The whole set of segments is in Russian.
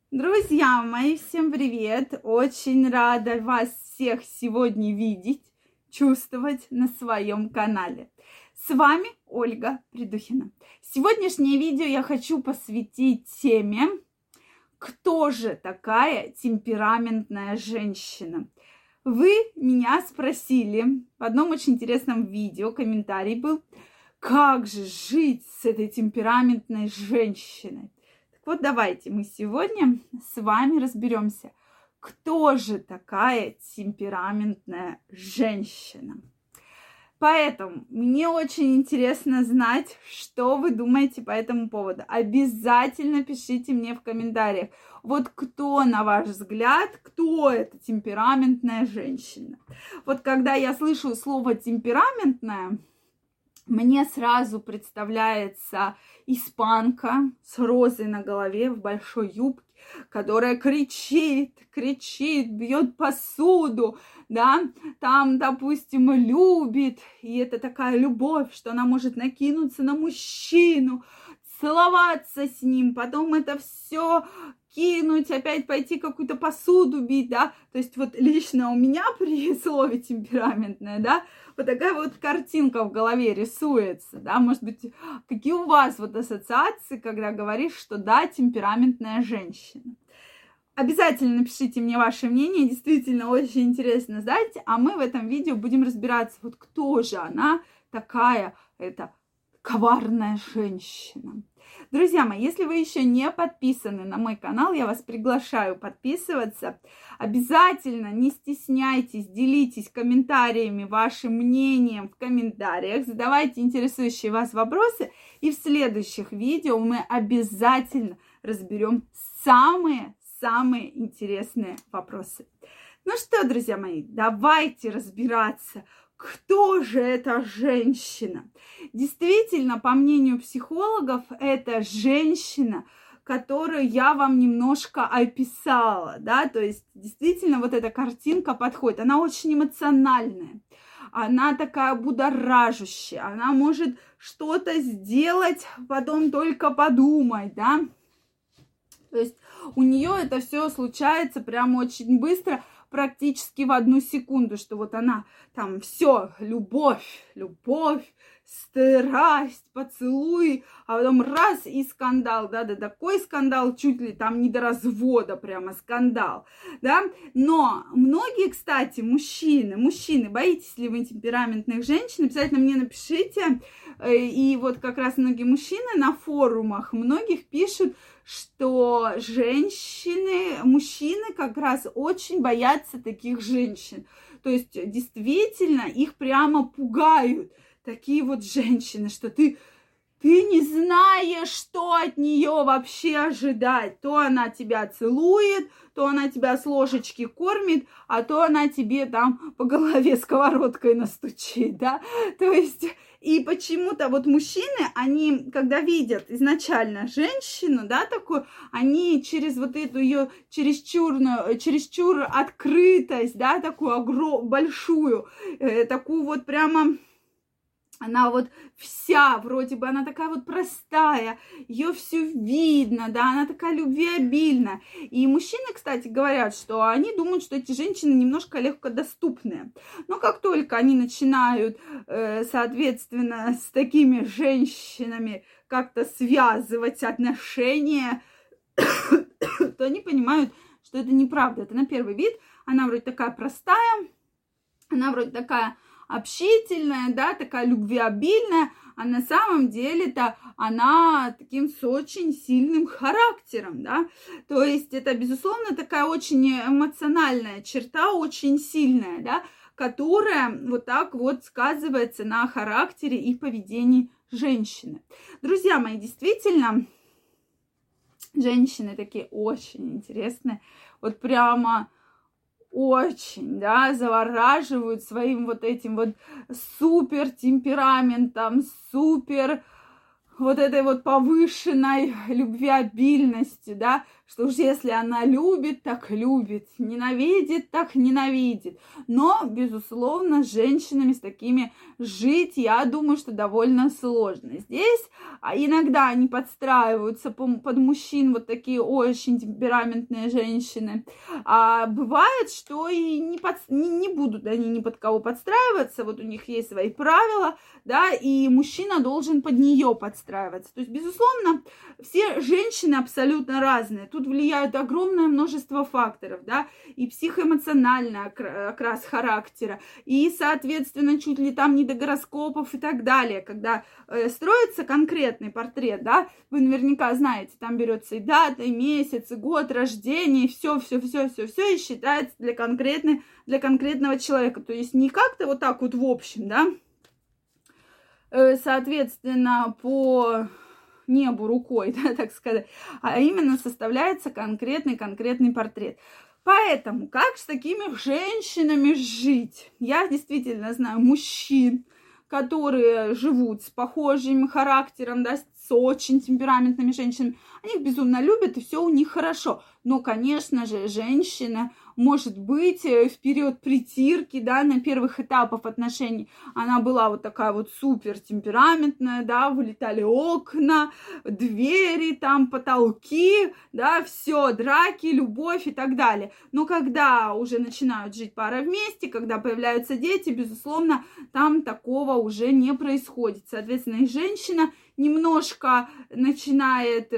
Друзья мои, всем привет! Очень рада вас всех сегодня видеть, чувствовать на своем канале. С вами Ольга Придухина. Сегодняшнее видео я хочу посвятить теме, кто же такая темпераментная женщина. Вы меня спросили в одном очень интересном видео, комментарий был, как же жить с этой темпераментной женщиной. Вот давайте мы сегодня с вами разберемся, кто же такая темпераментная женщина. Поэтому мне очень интересно знать, что вы думаете по этому поводу. Обязательно пишите мне в комментариях, вот кто, на ваш взгляд, кто эта темпераментная женщина. Вот когда я слышу слово темпераментная, мне сразу представляется испанка с розой на голове в большой юбке, которая кричит, бьет посуду, да, там, допустим, любит, и это такая любовь, что она может накинуться на мужчину, целоваться с ним, потом это все кинуть, опять пойти какую-то посуду бить, да, то есть вот лично у меня при слове темпераментная, да, вот такая вот картинка в голове рисуется, да, может быть, какие у вас вот ассоциации, когда говоришь, что да, темпераментная женщина. Обязательно напишите мне ваше мнение, действительно очень интересно знать, а мы в этом видео будем разбираться, вот кто же она такая, эта коварная женщина. Друзья мои, если вы еще не подписаны на мой канал, я вас приглашаю подписываться. Обязательно не стесняйтесь, делитесь комментариями, вашим мнением в комментариях, задавайте интересующие вас вопросы, и в следующих видео мы обязательно разберем самые интересные вопросы. Ну что, друзья мои, давайте разбираться, кто же эта женщина? Действительно, по мнению психологов, это женщина, которую я вам немножко описала, да, то есть действительно вот эта картинка подходит, она очень эмоциональная, она такая будоражащая, она может что-то сделать, потом только подумать, да, то есть у нее это все случается прям очень быстро, практически в одну секунду, что вот она там все, любовь, страсть, поцелуй, а потом раз и скандал, да, такой скандал, чуть ли там не до развода прямо скандал, да, но многие, кстати, мужчины, боитесь ли вы темпераментных женщин, обязательно мне напишите, и вот как раз многие мужчины на форумах, многих пишут, что мужчины как раз очень боятся таких женщин. То есть действительно их прямо пугают такие вот женщины, что ты не знаешь, что от нее вообще ожидать. То она тебя целует, то она тебя с ложечки кормит, а то она тебе там по голове сковородкой настучит, да. То есть и почему-то вот мужчины, они, когда видят изначально женщину, да, такую, они через вот эту ее чересчур открытость, да, такую большую, такую вот прямо... Она вот вся, вроде бы, она такая вот простая, ее все видно, да, она такая любвеобильная. И мужчины, кстати, говорят, что они думают, что эти женщины немножко легкодоступные. Но как только они начинают, соответственно, с такими женщинами как-то связывать отношения, то они понимают, что это неправда. Это на первый вид, она вроде такая простая, она вроде такая... общительная, да, такая любвеобильная, а на самом деле-то она таким с очень сильным характером, да, то есть это, безусловно, такая очень эмоциональная черта, очень сильная, да, которая вот так вот сказывается на характере и поведении женщины. Друзья мои, действительно, женщины такие очень интересные, вот прямо... очень, да, завораживают своим вот этим вот супер темпераментом, супер вот этой вот повышенной любвеобильностью, да, что уж если она любит, так любит, ненавидит, так ненавидит. Но, безусловно, с женщинами с такими жить, я думаю, что довольно сложно. Здесь иногда они подстраиваются под мужчин, вот такие очень темпераментные женщины. А бывает, что и не будут они ни под кого подстраиваться, вот у них есть свои правила, да, и мужчина должен под нее подстраиваться. То есть, безусловно, все женщины абсолютно разные. Тут влияют огромное множество факторов, да, и психоэмоциональный окрас характера, и, соответственно, чуть ли там не до гороскопов и так далее. Когда строится конкретный портрет, да, вы наверняка знаете, там берется и дата, и месяц, и год рождения, и все, и считается для конкретного человека. То есть не как-то вот так вот в общем, да, соответственно, по небу рукой, да, так сказать, а именно составляется конкретный портрет. Поэтому как с такими женщинами жить? Я действительно знаю мужчин, которые живут с похожим характером, да, с очень темпераментными женщинами. Они их безумно любят, и все у них хорошо. Но, конечно же, женщина, может быть, в период притирки, да, на первых этапах отношений, она была вот такая вот супер темпераментная, да, вылетали окна, двери, там, потолки, да, все, драки, любовь и так далее. Но когда уже начинают жить пара вместе, когда появляются дети, безусловно, там такого уже не происходит. Соответственно, и женщина немножко начинает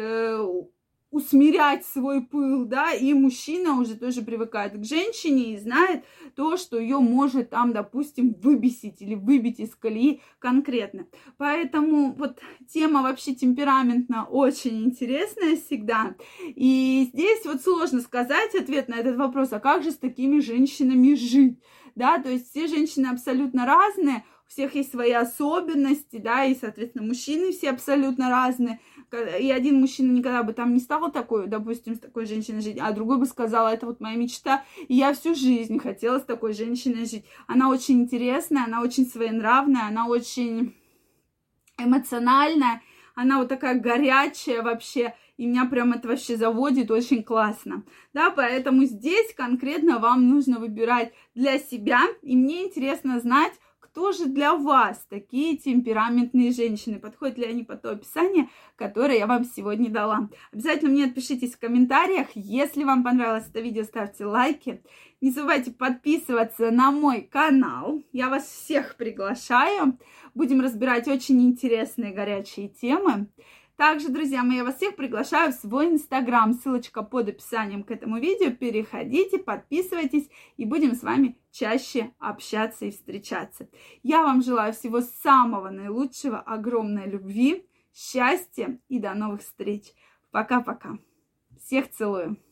усмирять свой пыл, да, и мужчина уже тоже привыкает к женщине и знает то, что ее может там, допустим, выбесить или выбить из колеи конкретно. Поэтому вот тема вообще темпераментная очень интересная всегда. И здесь вот сложно сказать ответ на этот вопрос, а как же с такими женщинами жить? Да, то есть все женщины абсолютно разные, у всех есть свои особенности, да, и, соответственно, мужчины все абсолютно разные. И один мужчина никогда бы там не стал такой, допустим, с такой женщиной жить, а другой бы сказал, это вот моя мечта, и я всю жизнь хотела с такой женщиной жить. Она очень интересная, она очень своенравная, она очень эмоциональная, она вот такая горячая вообще, и меня прям это вообще заводит очень классно. Да, поэтому здесь конкретно вам нужно выбирать для себя, и мне интересно знать, кто же для вас такие темпераментные женщины? Подходят ли они под то описание, которое я вам сегодня дала? Обязательно мне отпишитесь в комментариях. Если вам понравилось это видео, ставьте лайки. Не забывайте подписываться на мой канал. Я вас всех приглашаю. Будем разбирать очень интересные горячие темы. Также, друзья мои, я вас всех приглашаю в свой инстаграм. Ссылочка под описанием к этому видео. Переходите, подписывайтесь, и будем с вами чаще общаться и встречаться. Я вам желаю всего самого наилучшего, огромной любви, счастья и до новых встреч. Пока-пока. Всех целую.